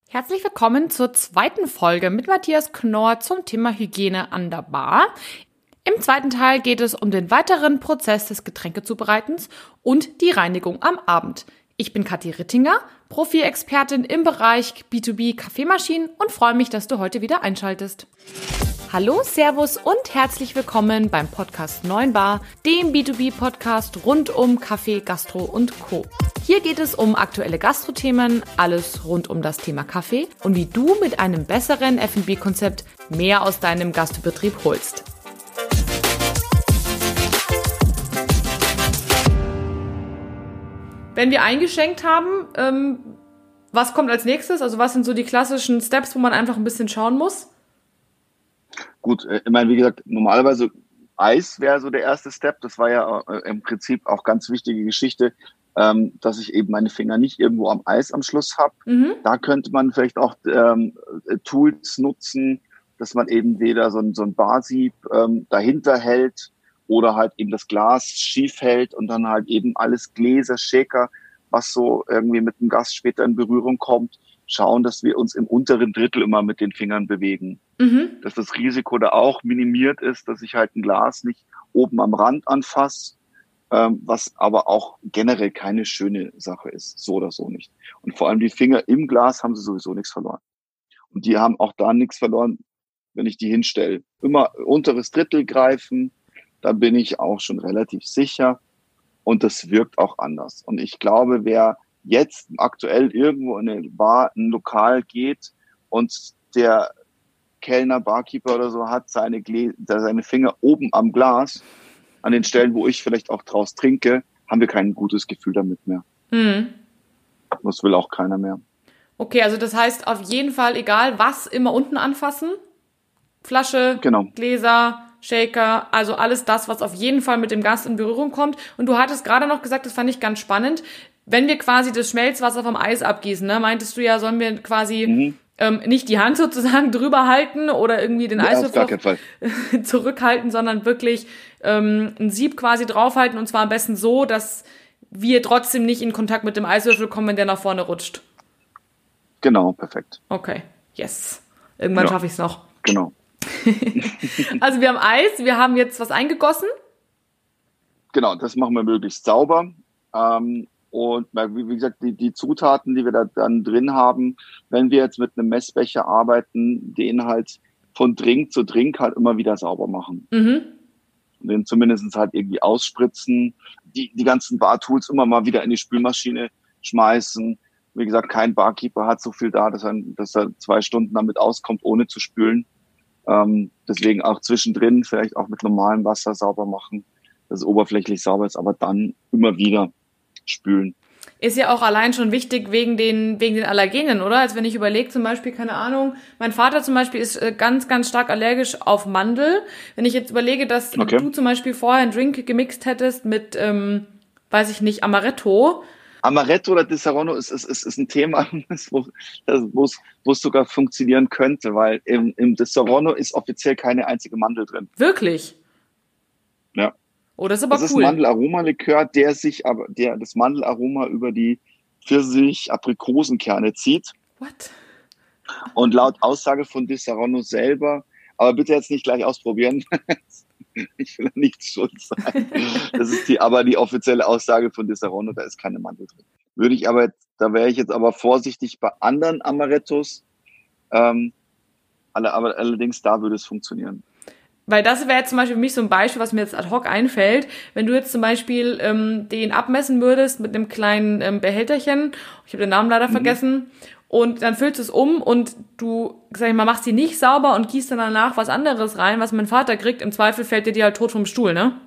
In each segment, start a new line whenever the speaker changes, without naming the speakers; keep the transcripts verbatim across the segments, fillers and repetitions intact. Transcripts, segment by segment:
Herzlich willkommen zur zweiten Folge mit Matthias Knorr zum Thema Hygiene an der Bar. Im zweiten Teil geht es um den weiteren Prozess des Getränkezubereitens und die Reinigung am Abend. Ich bin Kathi Rittinger, Profi-Expertin im Bereich B zwei B Kaffeemaschinen und freue mich, dass du heute wieder einschaltest. Hallo, Servus und herzlich willkommen beim Podcast neun Bar, dem B zwei B Podcast rund um Kaffee, Gastro und Co. Hier geht es um aktuelle Gastro-Themen, alles rund um das Thema Kaffee und wie du mit einem besseren F und B-Konzept mehr aus deinem Gastbetrieb holst. Wenn wir eingeschenkt haben, ähm, was kommt als nächstes? Also was sind so die klassischen Steps, wo man einfach ein bisschen schauen muss?
Gut, ich meine, wie gesagt, normalerweise Eis wäre so der erste Step. Das war ja im Prinzip auch ganz wichtige Geschichte, ähm, dass ich eben meine Finger nicht irgendwo am Eis am Schluss habe. Mhm. Da könnte man vielleicht auch ähm, Tools nutzen, dass man eben weder so ein, so ein Barsieb ähm, dahinter hält oder halt eben das Glas schief hält und dann halt eben alles Gläser, Shaker, was so irgendwie mit dem Gast später in Berührung kommt, schauen, dass wir uns im unteren Drittel immer mit den Fingern bewegen. Mhm. Dass das Risiko da auch minimiert ist, dass ich halt ein Glas nicht oben am Rand anfasse, ähm, was aber auch generell keine schöne Sache ist, so oder so nicht. Und vor allem die Finger im Glas haben sie sowieso nichts verloren. Und die haben auch da nichts verloren, wenn ich die hinstelle. Immer unteres Drittel greifen, da bin ich auch schon relativ sicher. Und das wirkt auch anders. Und ich glaube, wer jetzt aktuell irgendwo in eine Bar, ein Lokal geht und der Kellner, Barkeeper oder so hat seine, Glä- seine Finger oben am Glas, an den Stellen, wo ich vielleicht auch draus trinke, haben wir kein gutes Gefühl damit mehr. Mhm. Das will auch keiner mehr.
Okay, also das heißt auf jeden Fall, egal was, immer unten anfassen. Flasche, genau. Gläser, Shaker, also alles das, was auf jeden Fall mit dem Gast in Berührung kommt. Und du hattest gerade noch gesagt, das fand ich ganz spannend, wenn wir quasi das Schmelzwasser vom Eis abgießen, ne, meintest du ja, sollen wir quasi mhm. ähm, nicht die Hand sozusagen drüber halten oder irgendwie den ja, Eiswürfel zurückhalten, sondern wirklich ähm, ein Sieb quasi draufhalten und zwar am besten so, dass wir trotzdem nicht in Kontakt mit dem Eiswürfel kommen, wenn der nach vorne rutscht.
Genau, perfekt.
Okay, yes. Irgendwann ja. schaffe ich es noch.
Genau.
Also wir haben Eis, wir haben jetzt was eingegossen.
Genau, das machen wir möglichst sauber. Ähm, und wie gesagt, die, die Zutaten, die wir da dann drin haben, wenn wir jetzt mit einem Messbecher arbeiten, den halt von Drink zu Drink halt immer wieder sauber machen. Mhm. Und den zumindest halt irgendwie ausspritzen, die, die ganzen Bar-Tools immer mal wieder in die Spülmaschine schmeißen. Wie gesagt, kein Barkeeper hat so viel da, dass er, dass er zwei Stunden damit auskommt, ohne zu spülen. Ähm, deswegen auch zwischendrin vielleicht auch mit normalem Wasser sauber machen, dass es oberflächlich sauber ist, aber dann immer wieder spülen.
Ist ja auch allein schon wichtig wegen den wegen den Allergenen, oder? Als wenn ich überlege, zum Beispiel, keine Ahnung, mein Vater zum Beispiel ist ganz, ganz stark allergisch auf Mandel. Wenn ich jetzt überlege, dass okay. du zum Beispiel vorher einen Drink gemixt hättest mit, ähm, weiß ich nicht, Amaretto.
Amaretto oder Disaronno ist, ist, ist, ist ein Thema, wo es sogar funktionieren könnte, weil im, im Disaronno ist offiziell keine einzige Mandel drin.
Wirklich?
Ja.
Oh, das ist aber
das
cool.
Das ist ein Mandelaromalikör, der sich aber, der das Mandelaroma über die Pfirsich-Aprikosenkerne zieht.
What?
Und laut Aussage von Disaronno selber, aber bitte jetzt nicht gleich ausprobieren. Ich will nicht schuld sein. Das ist die, aber die offizielle Aussage von Disaronno, da ist keine Mandel drin. Würde ich aber, da wäre ich jetzt aber vorsichtig bei anderen Amarettos. Ähm, alle, aber allerdings da würde es funktionieren.
Weil das wäre jetzt zum Beispiel für mich so ein Beispiel, was mir jetzt ad hoc einfällt. Wenn du jetzt zum Beispiel ähm, den abmessen würdest mit einem kleinen ähm, Behälterchen, ich habe den Namen leider mhm. vergessen, und dann füllst du es um und du, sag ich mal, machst die nicht sauber und gießt dann danach was anderes rein, was mein Vater kriegt. Im Zweifel fällt dir die halt tot vom Stuhl, ne?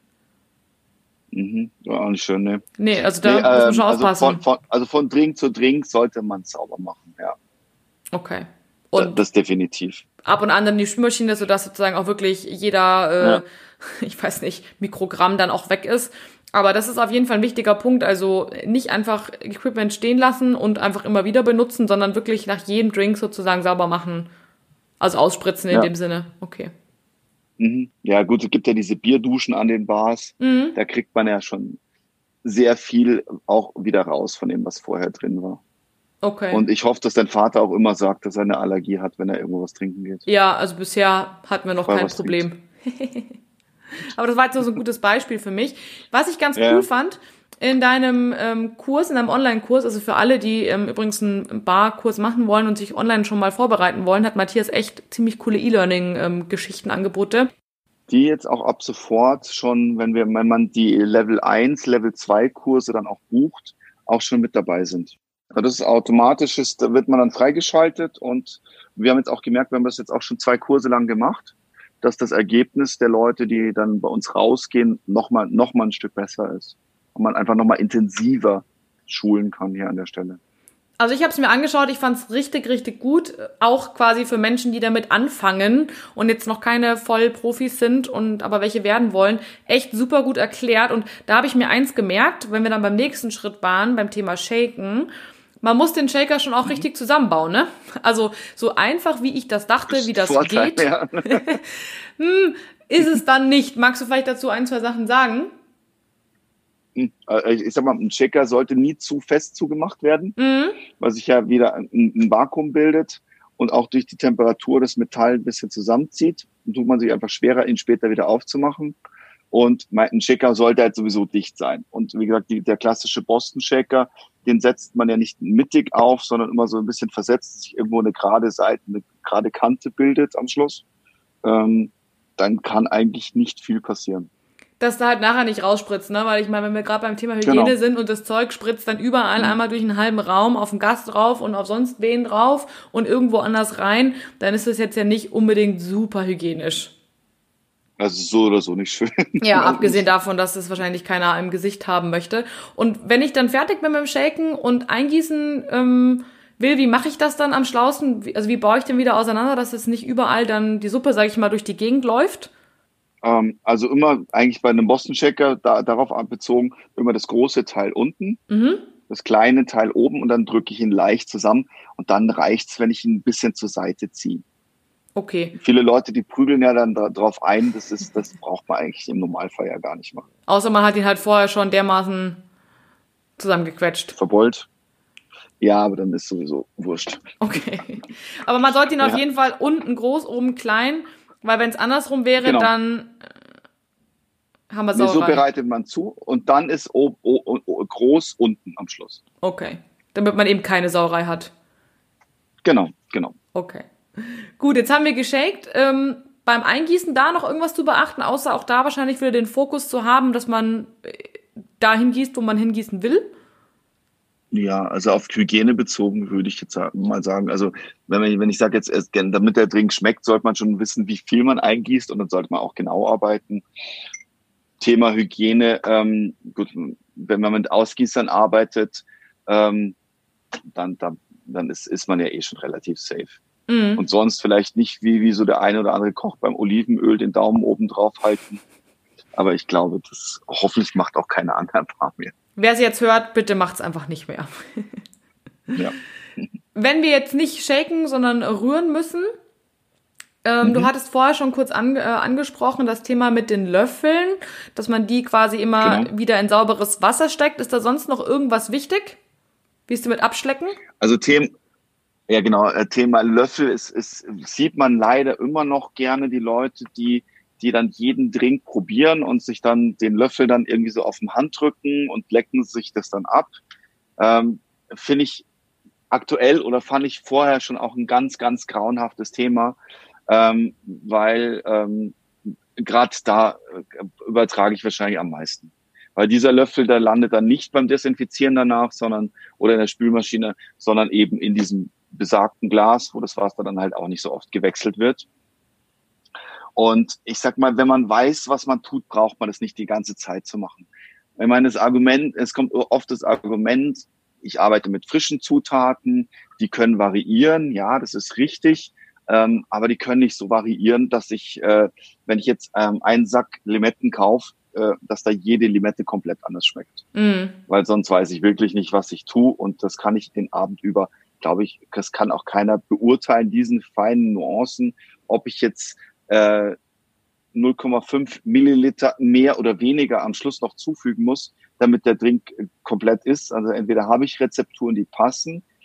Mhm, war auch nicht schön, ne?
Nee, also da
nee,
muss man
ähm,
schon
also
aufpassen.
Von, von, also von Drink zu Drink sollte man es sauber machen, ja.
Okay. Und
das, das definitiv.
Ab und an dann die Spülmaschine, sodass sozusagen auch wirklich jeder, äh, ja. ich weiß nicht, Mikrogramm dann auch weg ist. Aber das ist auf jeden Fall ein wichtiger Punkt. Also nicht einfach Equipment stehen lassen und einfach immer wieder benutzen, sondern wirklich nach jedem Drink sozusagen sauber machen. Also ausspritzen in
ja.
dem Sinne. Okay.
Mhm. Ja gut, es gibt ja diese Bierduschen an den Bars. Mhm. Da kriegt man ja schon sehr viel auch wieder raus von dem, was vorher drin war.
Okay.
Und ich hoffe, dass dein Vater auch immer sagt, dass er eine Allergie hat, wenn er irgendwo was trinken geht.
Ja, also bisher hatten wir noch
Vorher
kein
was
Problem. Aber das war jetzt so ein gutes Beispiel für mich. Was ich ganz
Ja.
cool fand, in deinem ähm, Kurs, in deinem Online-Kurs, also für alle, die ähm, übrigens einen Barkurs machen wollen und sich online schon mal vorbereiten wollen, hat Matthias echt ziemlich coole E-Learning-Geschichten-Angebote.
Die jetzt auch ab sofort schon, wenn wir, wenn man die Level eins, Level zwei Kurse dann auch bucht, auch schon mit dabei sind. Also das ist automatisches, da wird man dann freigeschaltet und wir haben jetzt auch gemerkt, wir haben das jetzt auch schon zwei Kurse lang gemacht, dass das Ergebnis der Leute, die dann bei uns rausgehen, nochmal, noch mal ein Stück besser ist. Und man einfach nochmal intensiver schulen kann hier an der Stelle.
Also ich habe es mir angeschaut, ich fand es richtig, richtig gut, auch quasi für Menschen, die damit anfangen und jetzt noch keine Vollprofis sind und aber welche werden wollen, echt super gut erklärt. Und da habe ich mir eins gemerkt, wenn wir dann beim nächsten Schritt waren, beim Thema Shaken, man muss den Shaker schon auch richtig zusammenbauen, ne? Also so einfach, wie ich das dachte, wie das
Vorteil,
geht,
ja.
hm, ist es dann nicht. Magst du vielleicht dazu ein, zwei Sachen sagen?
Ich sag mal, ein Shaker sollte nie zu fest zugemacht werden,
Mhm.
weil sich ja wieder ein, ein Vakuum bildet und auch durch die Temperatur das Metall ein bisschen zusammenzieht. Dann tut man sich einfach schwerer, ihn später wieder aufzumachen. Und ein Shaker sollte halt sowieso dicht sein. Und wie gesagt, die, der klassische Boston Shaker, den setzt man ja nicht mittig auf, sondern immer so ein bisschen versetzt, dass sich irgendwo eine gerade Seite, eine gerade Kante bildet am Schluss. Ähm, dann kann eigentlich nicht viel passieren.
Dass da halt nachher nicht rausspritzt, ne? Weil ich meine, wenn wir gerade beim Thema Hygiene
Genau.
sind und das Zeug spritzt dann überall
Mhm.
einmal durch einen halben Raum auf den Gast drauf und auf sonst wen drauf und irgendwo anders rein, dann ist das jetzt ja nicht unbedingt super hygienisch.
Also so oder so nicht schön.
Ja, abgesehen davon, dass das wahrscheinlich keiner im Gesicht haben möchte. Und wenn ich dann fertig bin mit dem Shaken und eingießen ähm, will, wie mache ich das dann am schlausten? Wie- Also wie baue ich den wieder auseinander, dass es nicht überall dann die Suppe, sag ich mal, durch die Gegend läuft?
Ähm, also immer eigentlich bei einem Boston Shaker da, darauf bezogen, immer das große Teil unten,
Mhm.
das kleine Teil oben und dann drücke ich ihn leicht zusammen und dann reicht's, wenn ich ihn ein bisschen zur Seite ziehe.
Okay.
Viele Leute, die prügeln ja dann da, drauf ein, das ist, das braucht man eigentlich im Normalfall ja gar nicht machen.
Außer man hat ihn halt vorher schon dermaßen zusammengequetscht.
Verbeult? Ja, aber dann ist sowieso wurscht.
Okay. Aber man sollte ihn auf
Ja.
jeden Fall unten groß, oben klein, weil wenn es andersrum wäre,
Genau.
dann äh, haben wir
Nee, so
Sauerei.
bereitet man zu und dann ist o, o, o, groß unten am Schluss.
Okay. Damit man eben keine Sauerei hat.
Genau, genau.
Okay. Gut, jetzt haben wir geshakt. Ähm, beim Eingießen da noch irgendwas zu beachten, außer auch da wahrscheinlich wieder den Fokus zu haben, dass man äh, dahin gießt, wo man hingießen will.
Ja, also auf Hygiene bezogen würde ich jetzt sa- mal sagen, also wenn, man, wenn ich sage jetzt, erst, gern, damit der Drink schmeckt, sollte man schon wissen, wie viel man eingießt und dann sollte man auch genau arbeiten. Thema Hygiene, ähm, gut, wenn man mit Ausgießern arbeitet, ähm, dann, dann, dann ist, ist man ja eh schon relativ safe.
Mhm.
Und sonst vielleicht nicht wie, wie so der eine oder andere Koch beim Olivenöl den Daumen oben drauf halten. Aber ich glaube, das hoffentlich macht auch keine anderen Paar mehr.
Wer es jetzt hört, bitte macht's einfach nicht mehr.
Ja.
Wenn wir jetzt nicht shaken, sondern rühren müssen, ähm,
Mhm.
du hattest vorher schon kurz ange- äh, angesprochen, das Thema mit den Löffeln, dass man die quasi immer
Genau.
wieder in sauberes Wasser steckt. Ist da sonst noch irgendwas wichtig? Wie ist du mit Abschlecken?
Also Thema, ja genau, äh, Thema Löffel ist, ist, sieht man leider immer noch gerne die Leute, die, die dann jeden Drink probieren und sich dann den Löffel dann irgendwie so auf den Hand drücken und lecken sich das dann ab. Ähm, finde ich aktuell oder fand ich vorher schon auch ein ganz, ganz grauenhaftes Thema, ähm, weil ähm, gerade da äh, übertrage ich wahrscheinlich am meisten. Weil dieser Löffel, der landet dann nicht beim Desinfizieren danach, sondern oder in der Spülmaschine, sondern eben in diesem besagten Glas, wo das Wasser dann halt auch nicht so oft gewechselt wird. Und ich sag mal, wenn man weiß, was man tut, braucht man das nicht die ganze Zeit zu machen. Ich meine, das Argument, es kommt oft das Argument, ich arbeite mit frischen Zutaten, die können variieren, ja, das ist richtig, ähm, aber die können nicht so variieren, dass ich, äh, wenn ich jetzt ähm, einen Sack Limetten kaufe, äh, dass da jede Limette komplett anders schmeckt.
Mhm.
Weil sonst weiß ich wirklich nicht, was ich tue und das kann ich den Abend über, glaube ich, das kann auch keiner beurteilen, diesen feinen Nuancen, ob ich jetzt äh, null Komma fünf Milliliter mehr oder weniger am Schluss noch zufügen muss, damit der Drink komplett ist. Also entweder habe ich Rezepturen, die passen,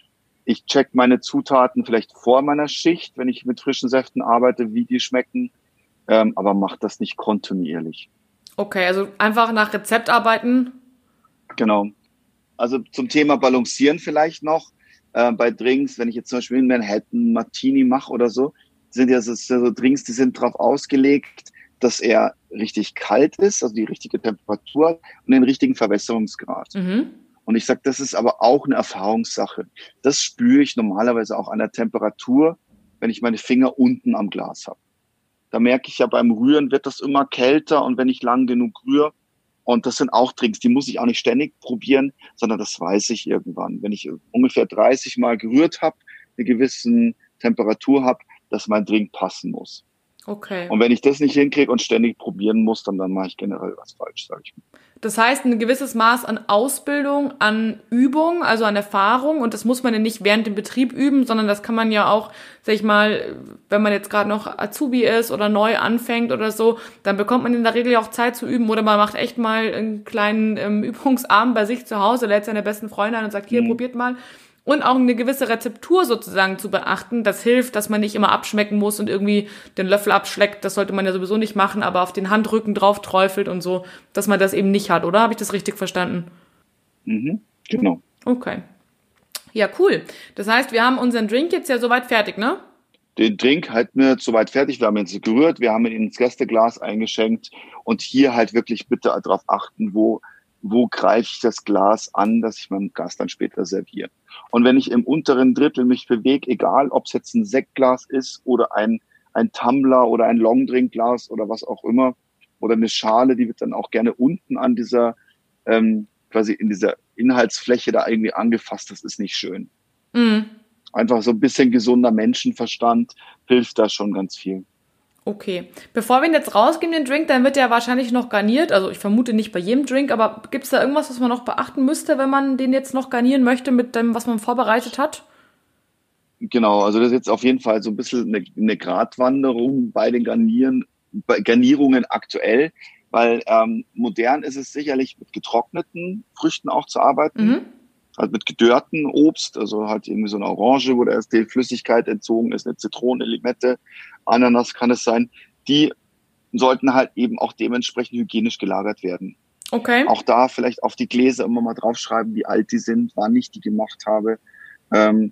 Ich check meine Zutaten vielleicht vor meiner Schicht, wenn ich mit frischen Säften arbeite, wie die schmecken, ähm, aber mache das nicht kontinuierlich.
Okay, also einfach nach Rezept arbeiten.
Genau. Also zum Thema Balancieren vielleicht noch. Äh, bei Drinks, wenn ich jetzt zum Beispiel in Manhattan Martini mache oder so, sind ja so, so Drinks, die sind darauf ausgelegt, dass er richtig kalt ist, also die richtige Temperatur und den richtigen Verwässerungsgrad.
Mhm.
Und ich sage, das ist aber auch eine Erfahrungssache. Das spüre ich normalerweise auch an der Temperatur, wenn ich meine Finger unten am Glas habe. Da merke ich ja, beim Rühren wird das immer kälter und wenn ich lang genug rühre, und das sind auch Drinks, die muss ich auch nicht ständig probieren, sondern das weiß ich irgendwann. Wenn ich ungefähr dreißig Mal gerührt habe, eine gewisse Temperatur habe, dass mein Drink passen muss.
Okay.
Und wenn ich das nicht hinkriege und ständig probieren muss, dann, dann mache ich generell was falsch, sage ich mal.
Das heißt, ein gewisses Maß an Ausbildung, an Übung, also an Erfahrung. Und das muss man ja nicht während dem Betrieb üben, sondern das kann man ja auch, sag ich mal, wenn man jetzt gerade noch Azubi ist oder neu anfängt oder so, dann bekommt man in der Regel ja auch Zeit zu üben. Oder man macht echt mal einen kleinen ähm, Übungsabend bei sich zu Hause, lädt seine besten Freunde an und sagt, hier, mhm. probiert mal. Und auch eine gewisse Rezeptur sozusagen zu beachten. Das hilft, dass man nicht immer abschmecken muss und irgendwie den Löffel abschleckt. Das sollte man ja sowieso nicht machen, aber auf den Handrücken drauf träufelt und so, dass man das eben nicht hat, oder? Habe ich das richtig verstanden?
Mhm, genau.
Okay. Ja, cool. Das heißt, wir haben unseren Drink jetzt ja soweit fertig, ne?
Den Drink halten wir soweit fertig. Wir haben ihn jetzt gerührt, wir haben ihn ins Gästeglas eingeschenkt und hier halt wirklich bitte darauf achten, wo wo greife ich das Glas an, dass ich meinem Gast dann später serviere. Und wenn ich im unteren Drittel mich bewege, egal ob es jetzt ein Sektglas ist oder ein, ein Tumbler oder ein Longdrinkglas oder was auch immer, oder eine Schale, die wird dann auch gerne unten an dieser, ähm, quasi in dieser Inhaltsfläche da irgendwie angefasst. Das ist nicht schön. Mhm. Einfach so ein bisschen gesunder Menschenverstand hilft da schon ganz viel.
Okay. Bevor wir ihn jetzt rausgeben, den Drink, dann wird der wahrscheinlich noch garniert. Also ich vermute nicht bei jedem Drink, aber gibt es da irgendwas, was man noch beachten müsste, wenn man den jetzt noch garnieren möchte mit dem, was man vorbereitet hat?
Genau, also das ist jetzt auf jeden Fall so ein bisschen eine, eine Gratwanderung bei den Garnieren, bei Garnierungen aktuell, weil ähm, modern ist es sicherlich mit getrockneten Früchten auch zu arbeiten. Mhm. Halt mit gedörrten Obst, also halt irgendwie so eine Orange, wo da erst die Flüssigkeit entzogen ist, eine Zitrone, Limette, Ananas kann es sein. Die sollten halt eben auch dementsprechend hygienisch gelagert werden.
Okay.
Auch da vielleicht auf die Gläser immer mal draufschreiben, wie alt die sind, wann ich die gemacht habe. Ähm,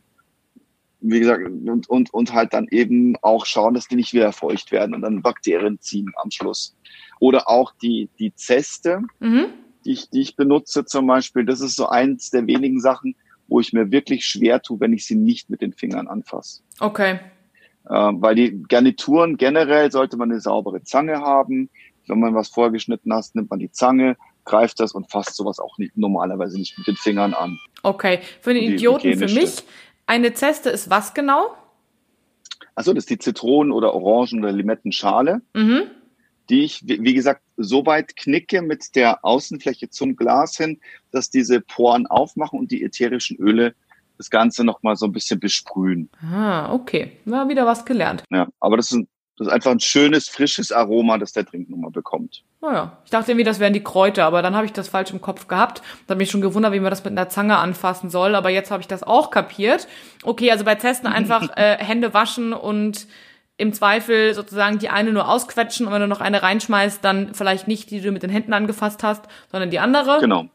wie gesagt, und, und, und halt dann eben auch schauen, dass die nicht wieder feucht werden und dann Bakterien ziehen am Schluss. Oder auch die, die Zeste. Mhm. Die ich, die ich benutze zum Beispiel, das ist so eins der wenigen Sachen, wo ich mir wirklich schwer tue, wenn ich sie nicht mit den Fingern anfasse.
Okay.
Äh, weil die Garnituren generell sollte man eine saubere Zange haben. Wenn man was vorgeschnitten hast, nimmt man die Zange, greift das und fasst sowas auch nicht, normalerweise nicht mit den Fingern an.
Okay. Für den Idioten, für mich, eine Zeste ist was genau?
Achso, das ist die Zitronen- oder Orangen- oder Limettenschale. Mhm. Die ich, wie gesagt, so weit knicke mit der Außenfläche zum Glas hin, dass diese Poren aufmachen und die ätherischen Öle das Ganze nochmal so ein bisschen besprühen.
Ah, okay. Na, wieder was gelernt.
Ja, aber das ist, das ist einfach ein schönes, frisches Aroma, das der Drink nochmal bekommt.
Naja, ich dachte irgendwie, das wären die Kräuter, aber dann habe ich das falsch im Kopf gehabt. Da habe ich schon gewundert, wie man das mit einer Zange anfassen soll, aber jetzt habe ich das auch kapiert. Okay, also bei Testen einfach äh, Hände waschen und im Zweifel sozusagen die eine nur ausquetschen und wenn du noch eine reinschmeißt, dann vielleicht nicht die, die du mit den Händen angefasst hast, sondern die andere.
Genau.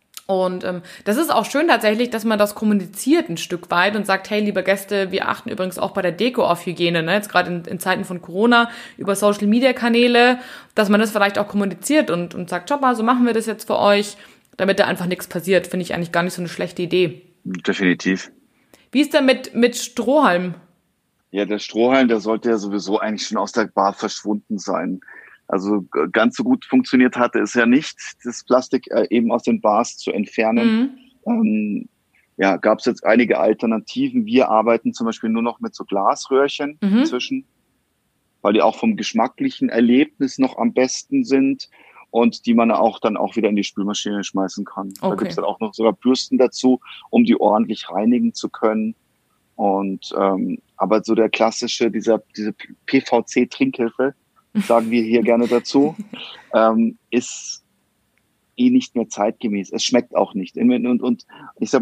Und ähm, das ist auch schön tatsächlich, dass man das kommuniziert ein Stück weit und sagt, hey, liebe Gäste, wir achten übrigens auch bei der Deko auf Hygiene, ne? Jetzt gerade in, in Zeiten von Corona über Social-Media-Kanäle, dass man das vielleicht auch kommuniziert und, und sagt, schau mal, so machen wir das jetzt für euch, damit da einfach nichts passiert, finde ich eigentlich gar nicht so eine schlechte Idee.
Definitiv.
Wie ist denn mit, mit Strohhalm?
Ja, der Strohhalm, der sollte ja sowieso eigentlich schon aus der Bar verschwunden sein. Also ganz so gut funktioniert hatte es ja nicht, das Plastik äh, eben aus den Bars zu entfernen. Mhm. Ähm, ja, gab es jetzt einige Alternativen. Wir arbeiten zum Beispiel nur noch mit so Glasröhrchen mhm. inzwischen, weil die auch vom geschmacklichen Erlebnis noch am besten sind und die man auch dann auch wieder in die Spülmaschine schmeißen kann. Okay. Da gibt es dann auch noch sogar Bürsten dazu, um die ordentlich reinigen zu können. Und ähm, aber so der klassische, dieser diese P V C-Trinkhilfe, sagen wir hier gerne dazu, ähm, ist eh nicht mehr zeitgemäß. Es schmeckt auch nicht. Und, und, und ich sag mal,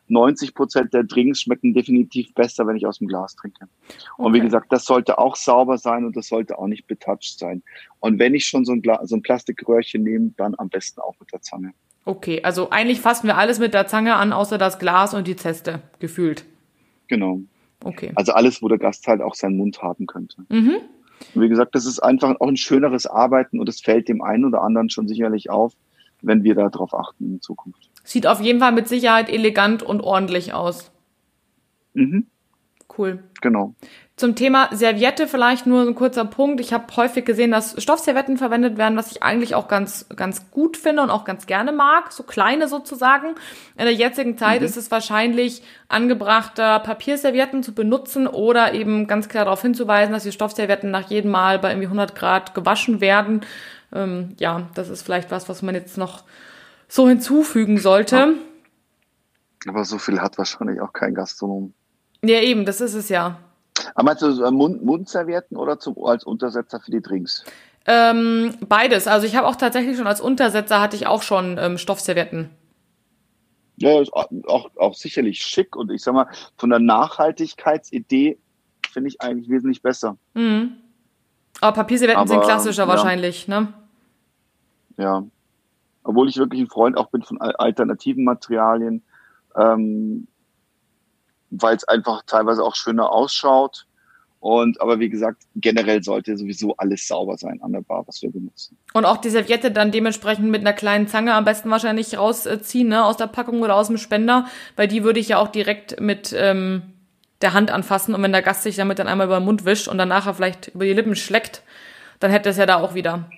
neunzig Prozent der Drinks schmecken definitiv besser, wenn ich aus dem Glas trinke. Und
Okay.
wie gesagt, das sollte auch sauber sein und das sollte auch nicht betouched sein. Und wenn ich schon so ein, Gla- so ein Plastikröhrchen nehme, dann am besten auch mit der Zange.
Okay, also eigentlich fassen wir alles mit der Zange an, außer das Glas und die Zeste, gefühlt.
Genau.
Okay.
Also alles, wo der Gast halt auch seinen Mund haben könnte.
Mhm.
Und wie gesagt, das ist einfach auch ein schöneres Arbeiten und es fällt dem einen oder anderen schon sicherlich auf, wenn wir da drauf achten in Zukunft.
Sieht auf jeden Fall mit Sicherheit elegant und ordentlich aus.
Mhm,
Cool.
genau.
Zum Thema Serviette vielleicht nur ein kurzer Punkt. Ich habe häufig gesehen, dass Stoffservietten verwendet werden, was ich eigentlich auch ganz ganz gut finde und auch ganz gerne mag. So kleine sozusagen. In der jetzigen Zeit
Mhm.
ist es wahrscheinlich angebrachter, Papierservietten zu benutzen oder eben ganz klar darauf hinzuweisen, dass die Stoffservietten nach jedem Mal bei irgendwie hundert Grad gewaschen werden. Ähm, ja, das ist vielleicht was, was man jetzt noch so hinzufügen sollte.
Aber so viel hat wahrscheinlich auch kein Gastronom.
Ja, eben, das ist es ja.
Aber meinst du so Mund, Mundservietten oder zum, als Untersetzer für die Drinks?
Ähm, beides. Also ich habe auch tatsächlich schon als Untersetzer hatte ich auch schon ähm, Stoffservietten.
Ja, ist auch, auch, auch sicherlich schick und ich sag mal, von der Nachhaltigkeitsidee finde ich eigentlich wesentlich besser.
Mhm. Aber Papierservietten sind
Aber
klassischer
ja,
wahrscheinlich, ne?
ja. Obwohl ich wirklich ein Freund auch bin von al- alternativen Materialien, ähm, weil es einfach teilweise auch schöner ausschaut. Und aber wie gesagt, generell sollte sowieso alles sauber sein an der Bar, was wir benutzen.
Und auch die Serviette dann dementsprechend mit einer kleinen Zange am besten wahrscheinlich rausziehen, ne? Aus der Packung oder aus dem Spender, weil die würde ich ja auch direkt mit ähm, der Hand anfassen. Und wenn der Gast sich damit dann einmal über den Mund wischt und dann nachher vielleicht über die Lippen schleckt, dann hätte es ja da auch wieder.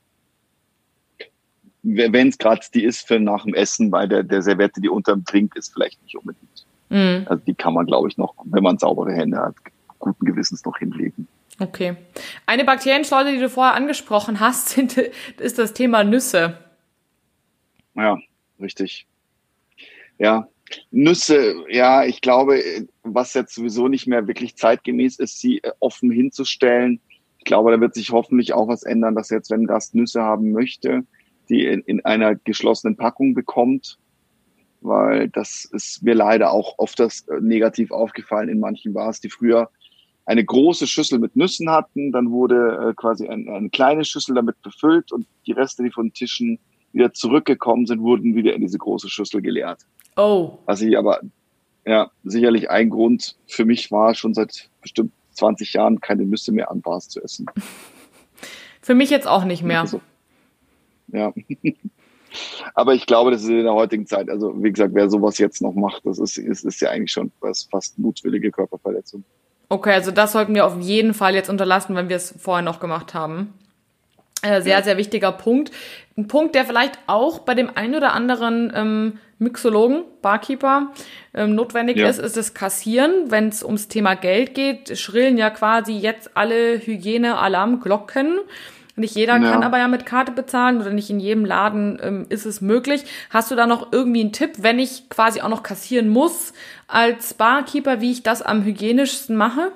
Wenn es gerade die ist für nach dem Essen, bei der, der Serviette, die unterm Drink ist, vielleicht nicht unbedingt.
Mhm.
Also die kann man, glaube ich, noch, wenn man saubere Hände hat, guten Gewissens noch hinlegen.
Okay. Eine Bakterienschleuse, die du vorher angesprochen hast, sind, ist das Thema Nüsse.
Ja, richtig. Ja, Nüsse, ja, ich glaube, was jetzt sowieso nicht mehr wirklich zeitgemäß ist, sie äh, offen hinzustellen. Ich glaube, da wird sich hoffentlich auch was ändern, dass jetzt, wenn ein Gast Nüsse haben möchte, die in, in einer geschlossenen Packung bekommt, weil das ist mir leider auch oft das äh, negativ aufgefallen in manchen Bars, die früher eine große Schüssel mit Nüssen hatten, dann wurde äh, quasi ein, eine kleine Schüssel damit befüllt und die Reste, die von Tischen wieder zurückgekommen sind, wurden wieder in diese große Schüssel geleert.
Oh.
Was ich aber, ja, sicherlich ein Grund für mich war, schon seit bestimmt zwanzig Jahren keine Nüsse mehr an Bars zu essen.
Für mich jetzt auch nicht mehr.
Also, ja. Aber ich glaube, das ist in der heutigen Zeit, also wie gesagt, wer sowas jetzt noch macht, das ist, ist, ist ja eigentlich schon was, fast mutwillige Körperverletzung.
Okay, also das sollten wir auf jeden Fall jetzt unterlassen, wenn wir es vorher noch gemacht haben. Äh, sehr,
Ja.
sehr wichtiger Punkt. Ein Punkt, der vielleicht auch bei dem einen oder anderen ähm, Mixologen, Barkeeper ähm, notwendig
Ja.
ist, ist das Kassieren. Wenn es ums Thema Geld geht, schrillen ja quasi jetzt alle Hygiene-Alarmglocken. Nicht jeder
Ja.
kann aber ja mit Karte bezahlen oder nicht in jedem Laden ähm, ist es möglich. Hast du da noch irgendwie einen Tipp, wenn ich quasi auch noch kassieren muss als Barkeeper, wie ich das am hygienischsten mache?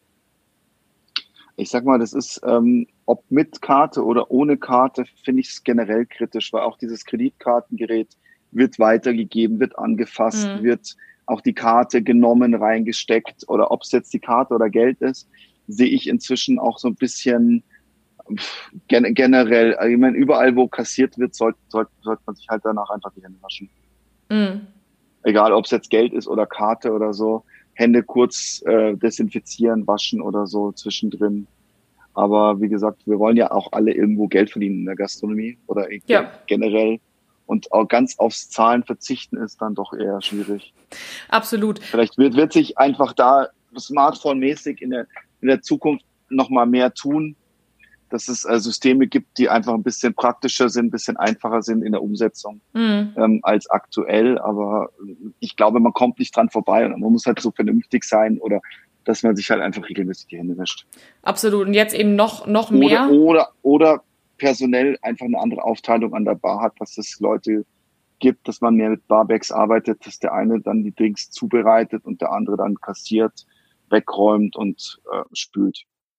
Ich sag mal, das ist, ähm, ob mit Karte oder ohne Karte, finde ich es generell kritisch, weil auch dieses Kreditkartengerät wird weitergegeben, wird angefasst,
Mhm.
wird auch die Karte genommen, reingesteckt oder ob es jetzt die Karte oder Geld ist, sehe ich inzwischen auch so ein bisschen pff, gen generell, also ich meine, überall, wo kassiert wird, sollte sollte sollte man sich halt danach einfach die Hände waschen.
Mhm.
Egal, ob es jetzt Geld ist oder Karte oder so. Hände kurz äh, desinfizieren, waschen oder so zwischendrin. Aber wie gesagt, wir wollen ja auch alle irgendwo Geld verdienen in der Gastronomie oder
Ja.
generell. Und auch ganz aufs Zahlen verzichten ist dann doch eher schwierig.
Absolut.
Vielleicht wird, wird sich einfach da Smartphone-mäßig in der, in der Zukunft nochmal mehr tun, dass es äh, Systeme gibt, die einfach ein bisschen praktischer sind, ein bisschen einfacher sind in der Umsetzung
Mhm.
ähm, als aktuell. Aber ich glaube, man kommt nicht dran vorbei und man muss halt so vernünftig sein oder dass man sich halt einfach regelmäßig die Hände wäscht.
Absolut. Und jetzt eben noch, noch
Oder,
mehr.
oder, oder personell einfach eine andere Aufteilung an der Bar hat, dass es Leute gibt, dass man mehr mit Barbacks arbeitet, dass der eine dann die Drinks zubereitet und der andere dann kassiert, wegräumt und äh, spült.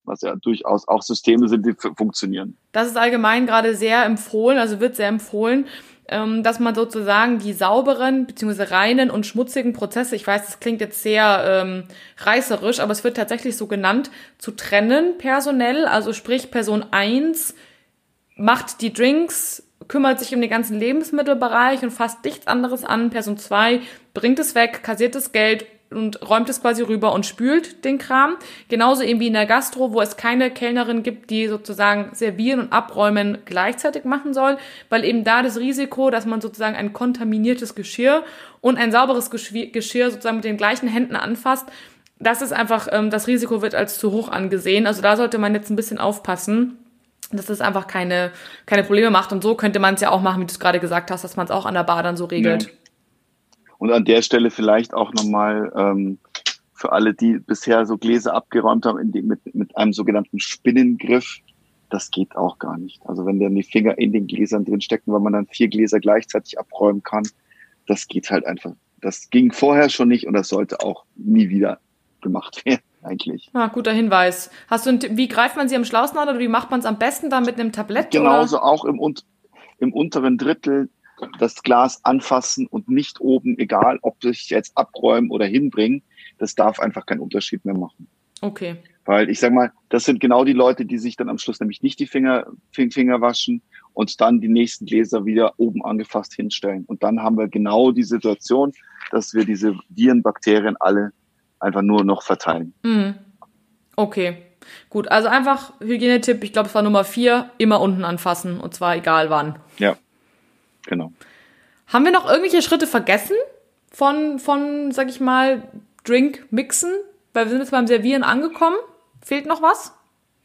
was ja durchaus auch Systeme sind, die f- funktionieren.
Das ist allgemein gerade sehr empfohlen, also wird sehr empfohlen, ähm, dass man sozusagen die sauberen bzw. reinen und schmutzigen Prozesse, ich weiß, das klingt jetzt sehr ähm, reißerisch, aber es wird tatsächlich so genannt, zu trennen personell, also sprich Person eins macht die Drinks, kümmert sich um den ganzen Lebensmittelbereich und fasst nichts anderes an. Person zwei bringt es weg, kassiert das Geld und räumt es quasi rüber und spült den Kram. Genauso eben wie in der Gastro, wo es keine Kellnerin gibt, die sozusagen servieren und abräumen gleichzeitig machen soll, weil eben da das Risiko, dass man sozusagen ein kontaminiertes Geschirr und ein sauberes Geschirr sozusagen mit den gleichen Händen anfasst, das ist einfach, ähm, das Risiko wird als zu hoch angesehen. Also da sollte man jetzt ein bisschen aufpassen, dass das einfach keine, keine Probleme macht. Und so könnte man es ja auch machen, wie du es gerade gesagt hast, dass man es auch an der Bar dann so regelt.
Ja. Und an der Stelle vielleicht auch nochmal ähm, für alle, die bisher so Gläser abgeräumt haben, in die, mit, mit einem sogenannten Spinnengriff, das geht auch gar nicht. Also wenn dann die Finger in den Gläsern drin stecken, weil man dann vier Gläser gleichzeitig abräumen kann, das geht halt einfach. Das ging vorher schon nicht und das sollte auch nie wieder gemacht werden, eigentlich.
Ah, guter Hinweis. Hast du einen Tipp, wie greift man sie am schlausten an oder wie macht man es am besten dann mit einem Tablett?
Genauso
oder?
auch im, im unteren Drittel das Glas anfassen und nicht oben, egal ob ich jetzt abräumen oder hinbringen, das darf einfach keinen Unterschied mehr machen.
Okay.
Weil ich sag mal, das sind genau die Leute, die sich dann am Schluss nämlich nicht die Finger, Finger waschen und dann die nächsten Gläser wieder oben angefasst hinstellen. Und dann haben wir genau die Situation, dass wir diese Viren, Bakterien alle einfach nur noch verteilen.
Mhm. Okay, gut. Also einfach Hygienetipp, ich glaube, es war Nummer vier, immer unten anfassen und zwar egal wann.
Ja, genau.
Haben wir noch irgendwelche Schritte vergessen von, von sag ich mal, Drink mixen? Weil wir sind jetzt beim Servieren angekommen. Fehlt noch was?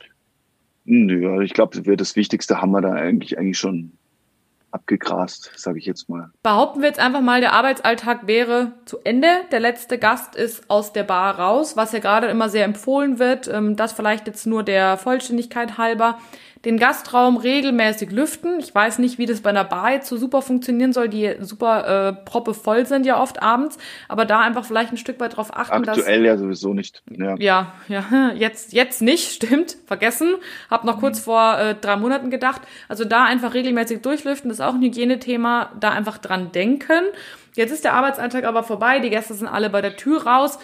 Nö, also ich glaube, das Wichtigste haben wir da eigentlich, eigentlich schon abgegrast, sage ich jetzt mal.
Behaupten wir jetzt einfach mal, der Arbeitsalltag wäre zu Ende. Der letzte Gast ist aus der Bar raus, was ja gerade immer sehr empfohlen wird. Das vielleicht jetzt nur der Vollständigkeit halber. Den Gastraum regelmäßig lüften. Ich weiß nicht, wie das bei einer Bar jetzt so super funktionieren soll, die super äh, proppevoll sind ja oft abends. Aber da einfach vielleicht ein Stück weit drauf achten, dass...
Aktuell ja sowieso nicht. Ja,
ja, ja jetzt, jetzt nicht, stimmt, vergessen. Hab noch kurz mhm. vor äh, drei Monaten gedacht. Also da einfach regelmäßig durchlüften, das ist auch ein Hygienethema, da einfach dran denken. Jetzt ist der Arbeitsalltag aber vorbei, die Gäste sind alle bei der Tür raus.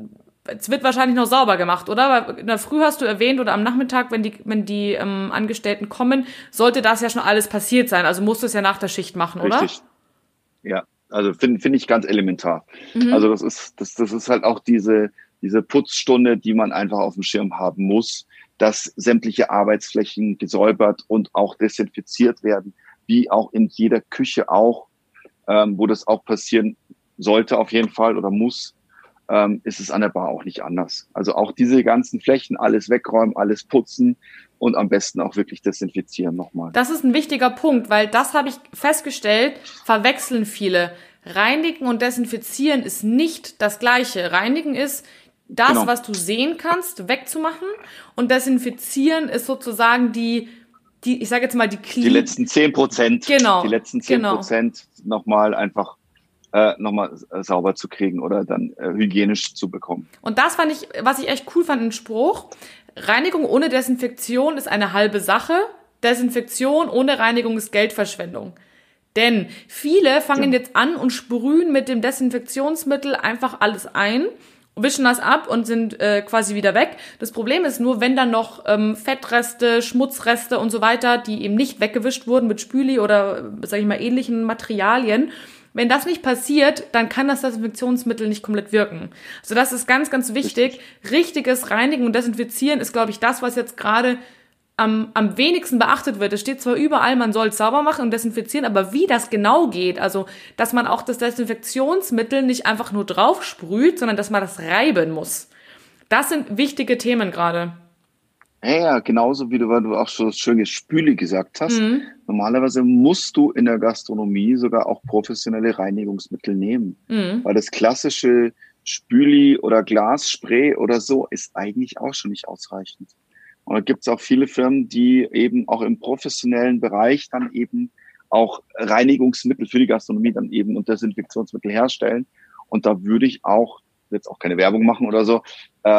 Es wird wahrscheinlich noch sauber gemacht, oder? Weil in der Früh hast du erwähnt oder am Nachmittag, wenn die, wenn die ähm, Angestellten kommen, sollte das ja schon alles passiert sein. Also musst du es ja nach der Schicht machen, oder?
Richtig. Ja, also finde finde ich ganz elementar. Mhm. Also das ist das das ist halt auch diese diese Putzstunde, die man einfach auf dem Schirm haben muss, dass sämtliche Arbeitsflächen gesäubert und auch desinfiziert werden, wie auch in jeder Küche auch, ähm, wo das auch passieren sollte auf jeden Fall oder muss. Ähm, ist es an der Bar auch nicht anders. Also auch diese ganzen Flächen, alles wegräumen, alles putzen und am besten auch wirklich desinfizieren nochmal.
Das ist ein wichtiger Punkt, weil das habe ich festgestellt, verwechseln viele. Reinigen und desinfizieren ist nicht das Gleiche. Reinigen ist das, genau. was du sehen kannst, wegzumachen und desinfizieren ist sozusagen die, die ich sage jetzt mal die Clean.
Die letzten zehn Prozent.
Genau.
Die letzten zehn Prozent genau. nochmal einfach Äh, nochmal äh, sauber zu kriegen oder dann äh, hygienisch zu bekommen.
Und das fand ich, was ich echt cool fand, ein Spruch. Reinigung ohne Desinfektion ist eine halbe Sache. Desinfektion ohne Reinigung ist Geldverschwendung. Denn viele fangen ja. jetzt an und sprühen mit dem Desinfektionsmittel einfach alles ein, wischen das ab und sind äh, quasi wieder weg. Das Problem ist nur, wenn dann noch ähm, Fettreste, Schmutzreste und so weiter, die eben nicht weggewischt wurden mit Spüli oder, sag ich mal, ähnlichen Materialien, wenn das nicht passiert, dann kann das Desinfektionsmittel nicht komplett wirken. Also das ist ganz, ganz wichtig. Richtiges Reinigen und Desinfizieren ist, glaube ich, das, was jetzt gerade am, am wenigsten beachtet wird. Es steht zwar überall, man soll es sauber machen und desinfizieren, aber wie das genau geht, also dass man auch das Desinfektionsmittel nicht einfach nur drauf sprüht, sondern dass man das reiben muss. Das sind wichtige Themen gerade.
Ja, ja, genauso wie du, weil du auch so schön Spüli gesagt hast. Mhm. Normalerweise musst du in der Gastronomie sogar auch professionelle Reinigungsmittel nehmen. Mhm. Weil das klassische Spüli oder Glasspray oder so ist eigentlich auch schon nicht ausreichend. Und da gibt es auch viele Firmen, die eben auch im professionellen Bereich dann eben auch Reinigungsmittel für die Gastronomie dann eben und Desinfektionsmittel herstellen. Und da würde ich auch, jetzt auch keine Werbung machen oder so, ähm,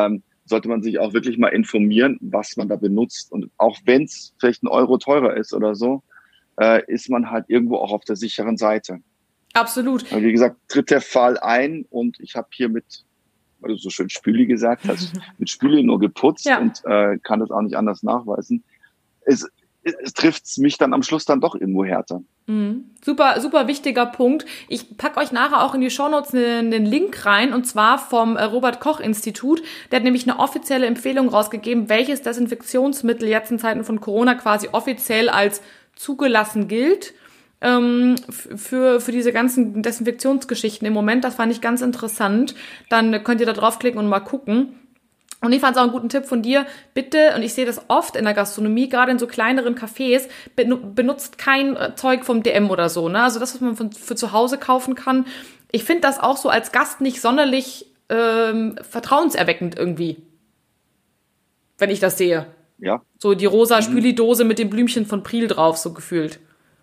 sollte man sich auch wirklich mal informieren, was man da benutzt. Und auch wenn es vielleicht ein Euro teurer ist oder so, äh, ist man halt irgendwo auch auf der sicheren Seite.
Absolut.
Weil, wie gesagt, tritt der Fall ein und ich habe hier mit, weil du so schön Spüli gesagt hast, mit Spüli nur geputzt ja. und äh, kann das auch nicht anders nachweisen. Es, es, es trifft mich dann am Schluss dann doch irgendwo härter.
Mhm. Super, super wichtiger Punkt. Ich packe euch nachher auch in die Shownotes einen, einen Link rein, und zwar vom Robert-Koch-Institut. Der hat nämlich eine offizielle Empfehlung rausgegeben, welches Desinfektionsmittel jetzt in Zeiten von Corona quasi offiziell als zugelassen gilt. Ähm, für, für diese ganzen Desinfektionsgeschichten im Moment. Das fand ich ganz interessant. Dann könnt ihr da draufklicken und mal gucken. Und ich fand es auch einen guten Tipp von dir. Bitte, und ich sehe das oft in der Gastronomie, gerade in so kleineren Cafés, benutzt kein Zeug vom D M oder so, ne? Also das, was man von, für zu Hause kaufen kann. Ich finde das auch so als Gast nicht sonderlich ähm, vertrauenserweckend irgendwie, wenn ich das sehe.
Ja.
So die rosa Spülidose mit dem Blümchen von Priel drauf, so gefühlt.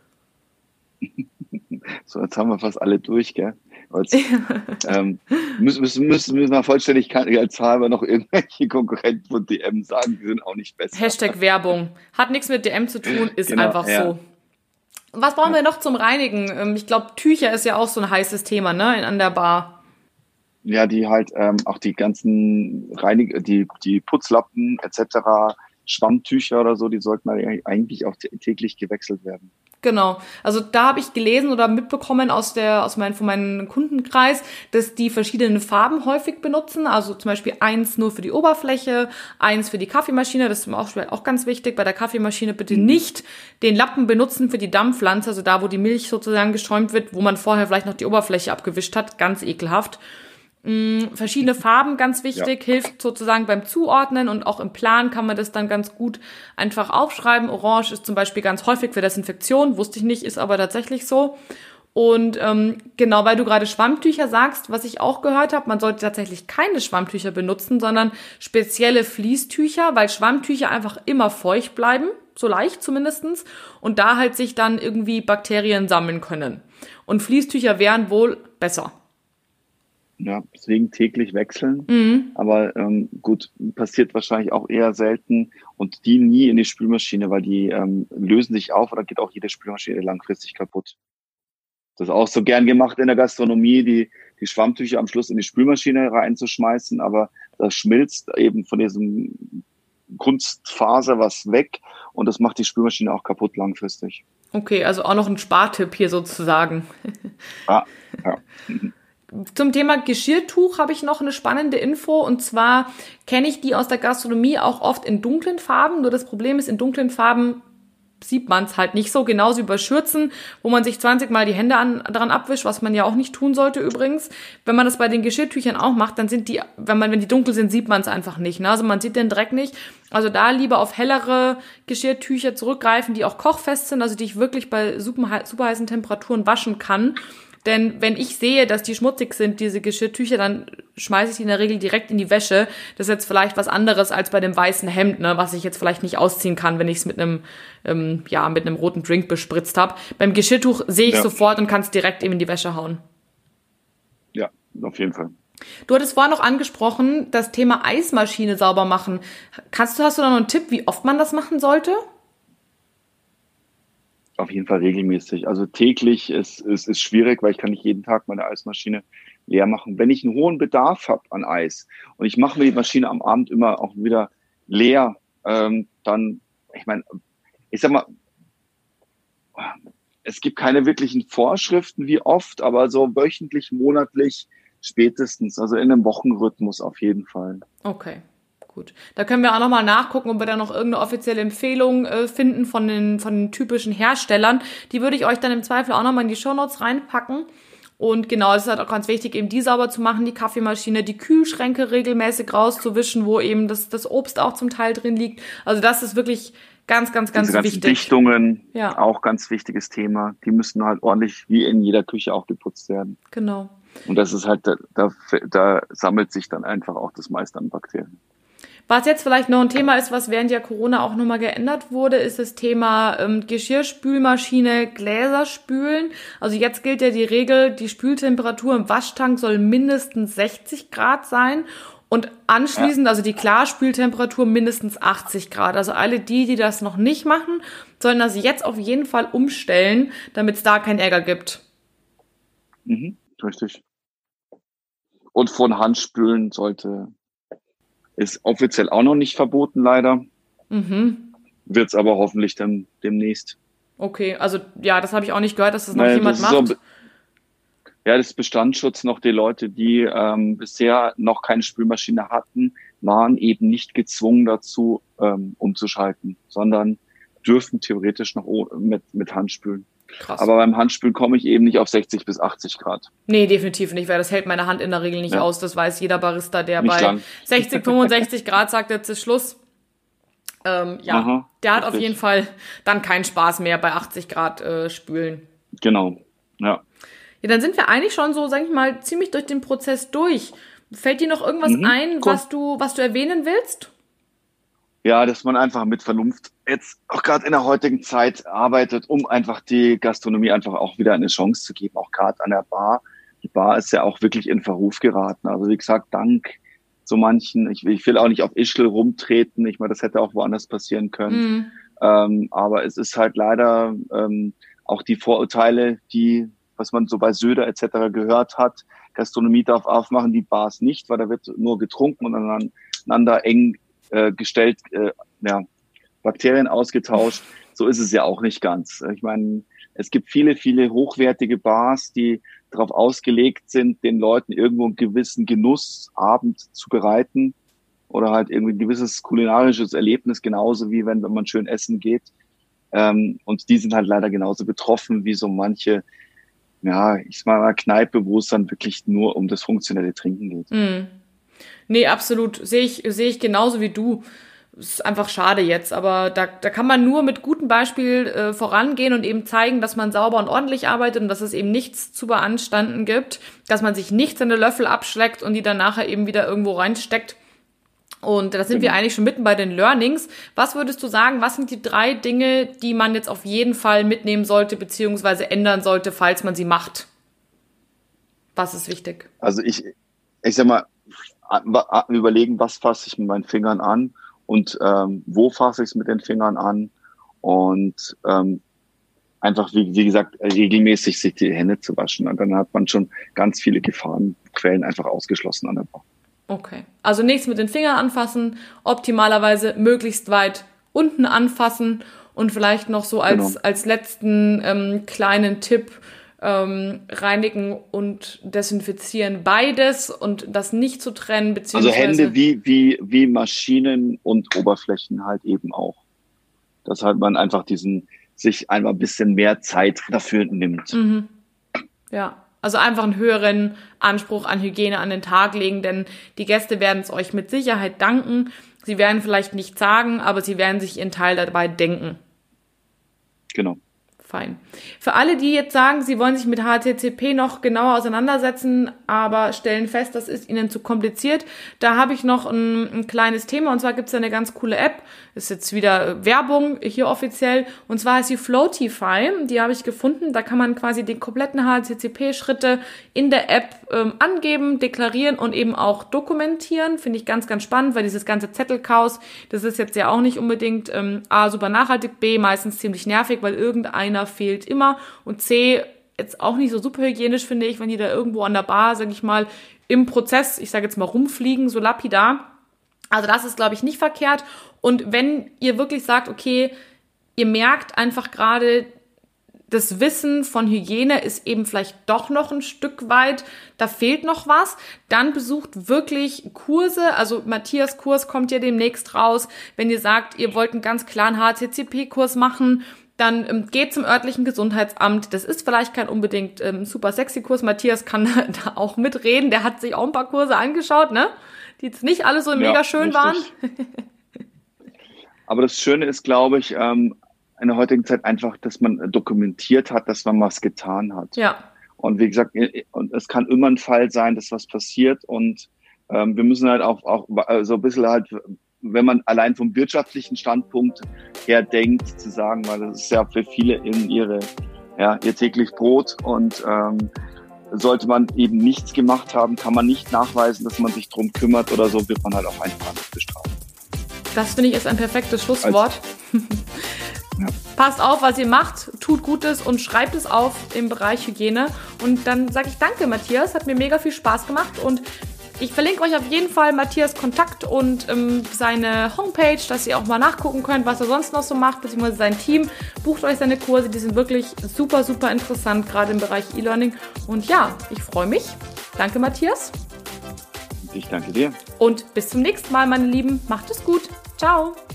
So, jetzt haben wir fast alle durch, gell? Jetzt, ähm, müssen, müssen, müssen, müssen wir vollständigkeitshalber noch irgendwelche Konkurrenten von D M sagen, die sind auch nicht besser.
Hashtag Werbung. Hat nichts mit D M zu tun, ist genau, einfach ja. so. Was brauchen ja. wir noch zum Reinigen? Ich glaube, Tücher ist ja auch so ein heißes Thema, ne, in, an der Bar.
Ja, die halt ähm, auch die ganzen Reinig die, die Putzlappen et cetera, Schwammtücher oder so, die sollten eigentlich auch täglich gewechselt werden.
Genau. Also da habe ich gelesen oder mitbekommen aus der aus meinem von meinem Kundenkreis, dass die verschiedene Farben häufig benutzen. Also zum Beispiel eins nur für die Oberfläche, eins für die Kaffeemaschine. Das ist auch, auch ganz wichtig. Bei der Kaffeemaschine bitte nicht den Lappen benutzen für die Dampfpflanze, also da, wo die Milch sozusagen geschäumt wird, wo man vorher vielleicht noch die Oberfläche abgewischt hat. Ganz ekelhaft. Verschiedene Farben, ganz wichtig, ja. hilft sozusagen beim Zuordnen, und auch im Plan kann man das dann ganz gut einfach aufschreiben. Orange ist zum Beispiel ganz häufig für Desinfektion, wusste ich nicht, ist aber tatsächlich so. Und ähm, genau, weil du gerade Schwammtücher sagst, was ich auch gehört habe, man sollte tatsächlich keine Schwammtücher benutzen, sondern spezielle Fließtücher, weil Schwammtücher einfach immer feucht bleiben, so leicht zumindestens, und da halt sich dann irgendwie Bakterien sammeln können. Und Fließtücher wären wohl besser.
Ja, deswegen täglich wechseln.
Mhm.
Aber ähm, gut, passiert wahrscheinlich auch eher selten, und die nie in die Spülmaschine, weil die ähm, lösen sich auf, oder geht auch jede Spülmaschine langfristig kaputt. Das ist auch so gern gemacht in der Gastronomie, die, die Schwammtücher am Schluss in die Spülmaschine reinzuschmeißen, aber das schmilzt eben von diesem Kunstfaser was weg, und das macht die Spülmaschine auch kaputt langfristig.
Okay, also auch noch ein Spartipp hier sozusagen.
Ja, ja.
Zum Thema Geschirrtuch habe ich noch eine spannende Info, und zwar kenne ich die aus der Gastronomie auch oft in dunklen Farben. Nur das Problem ist, in dunklen Farben sieht man es halt nicht so, genauso wie bei Schürzen, wo man sich zwanzig Mal die Hände an, daran abwischt, was man ja auch nicht tun sollte übrigens. Wenn man das bei den Geschirrtüchern auch macht, dann sind die, wenn man, wenn die dunkel sind, sieht man es einfach nicht, ne? Also man sieht den Dreck nicht. Also da lieber auf hellere Geschirrtücher zurückgreifen, die auch kochfest sind, also die ich wirklich bei super, super heißen Temperaturen waschen kann. Denn wenn ich sehe, dass die schmutzig sind, diese Geschirrtücher, dann schmeiße ich die in der Regel direkt in die Wäsche. Das ist jetzt vielleicht was anderes als bei dem weißen Hemd, ne, was ich jetzt vielleicht nicht ausziehen kann, wenn ich es mit einem ähm, ja mit einem roten Drink bespritzt habe. Beim Geschirrtuch sehe ich ja. sofort und kann es direkt eben in die Wäsche hauen.
Ja, auf jeden Fall.
Du hattest vorhin noch angesprochen, das Thema Eismaschine sauber machen. Kannst du, hast du da noch einen Tipp, wie oft man das machen sollte?
Auf jeden Fall regelmäßig. Also täglich ist, ist, ist schwierig, weil ich kann nicht jeden Tag meine Eismaschine leer machen. Wenn ich einen hohen Bedarf habe an Eis und ich mache mir die Maschine am Abend immer auch wieder leer, ähm, dann, ich meine, ich sag mal, es gibt keine wirklichen Vorschriften, wie oft, aber so wöchentlich, monatlich spätestens, also in einem Wochenrhythmus auf jeden Fall.
Okay. Gut, da können wir auch nochmal nachgucken, ob wir da noch irgendeine offizielle Empfehlung äh, finden von den, von den typischen Herstellern. Die würde ich euch dann im Zweifel auch nochmal in die Shownotes reinpacken. Und genau, es ist halt auch ganz wichtig, eben die sauber zu machen, die Kaffeemaschine, die Kühlschränke regelmäßig rauszuwischen, wo eben das, das Obst auch zum Teil drin liegt. Also das ist wirklich ganz, ganz, ganz
Diese
wichtig.
Ganzen Dichtungen,
ja.
Auch ganz wichtiges Thema. Die müssen halt ordentlich wie in jeder Küche auch geputzt werden.
Genau.
Und das ist halt, da, da, da sammelt sich dann einfach auch das meiste an Bakterien.
Was jetzt vielleicht noch ein Thema ist, was während der Corona auch nochmal geändert wurde, ist das Thema ähm, Geschirrspülmaschine, Gläser spülen. Also jetzt gilt ja die Regel, die Spültemperatur im Waschtank soll mindestens sechzig Grad sein. Und anschließend, ja. also die Klarspültemperatur mindestens achtzig Grad. Also alle die, die das noch nicht machen, sollen das jetzt auf jeden Fall umstellen, damit es da keinen Ärger gibt.
Mhm, richtig. Und von Handspülen sollte, ist offiziell auch noch nicht verboten, leider. Mhm. Wird es aber hoffentlich dann demnächst.
Okay, also ja, das habe ich auch nicht gehört, dass das noch naja, jemand das macht. So,
ja, das ist Bestandsschutz noch. Die Leute, die ähm, bisher noch keine Spülmaschine hatten, waren eben nicht gezwungen dazu, ähm, umzuschalten, sondern dürfen theoretisch noch mit, mit Handspülen. Krass. Aber beim Handspülen komme ich eben nicht auf sechzig bis achtzig Grad.
Nee, definitiv nicht, weil das hält meine Hand in der Regel nicht ja. aus. Das weiß jeder Barista, der nicht bei lang. sechzig, fünfundsechzig Grad sagt, jetzt ist Schluss. Ähm, ja, Aha, der hat richtig. Auf jeden Fall dann keinen Spaß mehr bei achtzig Grad äh, spülen.
Genau, ja.
Ja, dann sind wir eigentlich schon so, sag ich mal, ziemlich durch den Prozess durch. Fällt dir noch irgendwas mhm, ein, cool. was du, was du erwähnen willst?
Ja, dass man einfach mit Vernunft jetzt auch gerade in der heutigen Zeit arbeitet, um einfach die Gastronomie einfach auch wieder eine Chance zu geben, auch gerade an der Bar. Die Bar ist ja auch wirklich in Verruf geraten. Also wie gesagt, dank so manchen, ich, ich will auch nicht auf Ischl rumtreten, ich meine, das hätte auch woanders passieren können. Mhm. Ähm, aber es ist halt leider ähm, auch die Vorurteile, die, was man so bei Söder et cetera gehört hat, Gastronomie darf aufmachen, die Bars nicht, weil da wird nur getrunken und aneinander eng äh, gestellt, äh, ja, Bakterien ausgetauscht. So ist es ja auch nicht ganz. Ich meine, es gibt viele, viele hochwertige Bars, die darauf ausgelegt sind, den Leuten irgendwo einen gewissen Genussabend zu bereiten oder halt irgendwie ein gewisses kulinarisches Erlebnis, genauso wie wenn, wenn man schön essen geht. Ähm, und die sind halt leider genauso betroffen wie so manche, ja, ich sag mal Kneipe, wo es dann wirklich nur um das funktionelle Trinken geht.
Mm. Nee, absolut. Sehe ich, sehe ich genauso wie du. Ist einfach schade jetzt, aber da, da kann man nur mit gutem Beispiel äh, vorangehen und eben zeigen, dass man sauber und ordentlich arbeitet und dass es eben nichts zu beanstanden gibt, dass man sich nicht seine Löffel abschleckt und die dann nachher eben wieder irgendwo reinsteckt. Und da sind genau. wir eigentlich schon mitten bei den Learnings. Was würdest du sagen, was sind die drei Dinge, die man jetzt auf jeden Fall mitnehmen sollte beziehungsweise ändern sollte, falls man sie macht? Was ist wichtig?
Also ich, ich sag mal, überlegen, was fasse ich mit meinen Fingern an? Und ähm, wo fasse ich es mit den Fingern an? Und ähm, einfach, wie, wie gesagt, regelmäßig sich die Hände zu waschen. Und dann hat man schon ganz viele Gefahrenquellen einfach ausgeschlossen an der Bar.
Okay, also nichts mit den Fingern anfassen, optimalerweise möglichst weit unten anfassen und vielleicht noch so als, genau. als letzten ähm, kleinen Tipp, Ähm, reinigen und desinfizieren beides und das nicht zu trennen, beziehungsweise...
Also Hände wie, wie, wie Maschinen und Oberflächen halt eben auch. Dass halt man einfach diesen, sich einmal ein bisschen mehr Zeit dafür nimmt.
Mhm. Ja, also einfach einen höheren Anspruch an Hygiene an den Tag legen, denn die Gäste werden es euch mit Sicherheit danken. Sie werden vielleicht nichts sagen, aber sie werden sich ihren Teil dabei denken.
Genau.
Fein. Für alle, die jetzt sagen, sie wollen sich mit H T C P noch genauer auseinandersetzen, aber stellen fest, das ist ihnen zu kompliziert, da habe ich noch ein, ein kleines Thema, und zwar gibt es eine ganz coole App, ist jetzt wieder Werbung hier offiziell, und zwar heißt sie Floatify, die habe ich gefunden, da kann man quasi die kompletten H T C P-Schritte in der App ähm, angeben, deklarieren und eben auch dokumentieren, finde ich ganz, ganz spannend, weil dieses ganze Zettelchaos, das ist jetzt ja auch nicht unbedingt ähm, A, super nachhaltig, B, meistens ziemlich nervig, weil irgendein fehlt immer und C, jetzt auch nicht so super hygienisch, finde ich, wenn die da irgendwo an der Bar, sage ich mal, im Prozess, ich sage jetzt mal rumfliegen, so lapidar. Also das ist, glaube ich, nicht verkehrt. Und wenn ihr wirklich sagt, okay, ihr merkt einfach gerade, das Wissen von Hygiene ist eben vielleicht doch noch ein Stück weit, da fehlt noch was, dann besucht wirklich Kurse, also Matthias Kurs kommt ja demnächst raus. Wenn ihr sagt, ihr wollt einen ganz klaren H T C P-Kurs machen, dann ähm, geht zum örtlichen Gesundheitsamt. Das ist vielleicht kein unbedingt ähm, super sexy Kurs. Matthias kann da auch mitreden. Der hat sich auch ein paar Kurse angeschaut, ne? Die jetzt nicht alle so ja, mega schön richtig. waren.
Aber das Schöne ist, glaube ich, ähm, in der heutigen Zeit einfach, dass man dokumentiert hat, dass man was getan hat.
Ja.
Und wie gesagt, und es kann immer ein Fall sein, dass was passiert. Und ähm, wir müssen halt auch, auch so ein bisschen halt, wenn man allein vom wirtschaftlichen Standpunkt her denkt, zu sagen, weil das ist ja für viele in ihre, ja, ihr täglich Brot und ähm, sollte man eben nichts gemacht haben, kann man nicht nachweisen, dass man sich drum kümmert oder so, wird man halt auch einfach nicht bestraft.
Das finde ich ist ein perfektes Schlusswort. Also,
ja.
Passt auf, was ihr macht, tut Gutes und schreibt es auf im Bereich Hygiene. Und dann sage ich danke, Matthias, hat mir mega viel Spaß gemacht und ich verlinke euch auf jeden Fall Matthias Kontakt und ähm, seine Homepage, dass ihr auch mal nachgucken könnt, was er sonst noch so macht, beziehungsweise sein Team. Bucht euch seine Kurse, die sind wirklich super, super interessant, gerade im Bereich E-Learning. Und ja, ich freue mich. Danke, Matthias.
Ich danke dir.
Und bis zum nächsten Mal, meine Lieben. Macht es gut. Ciao.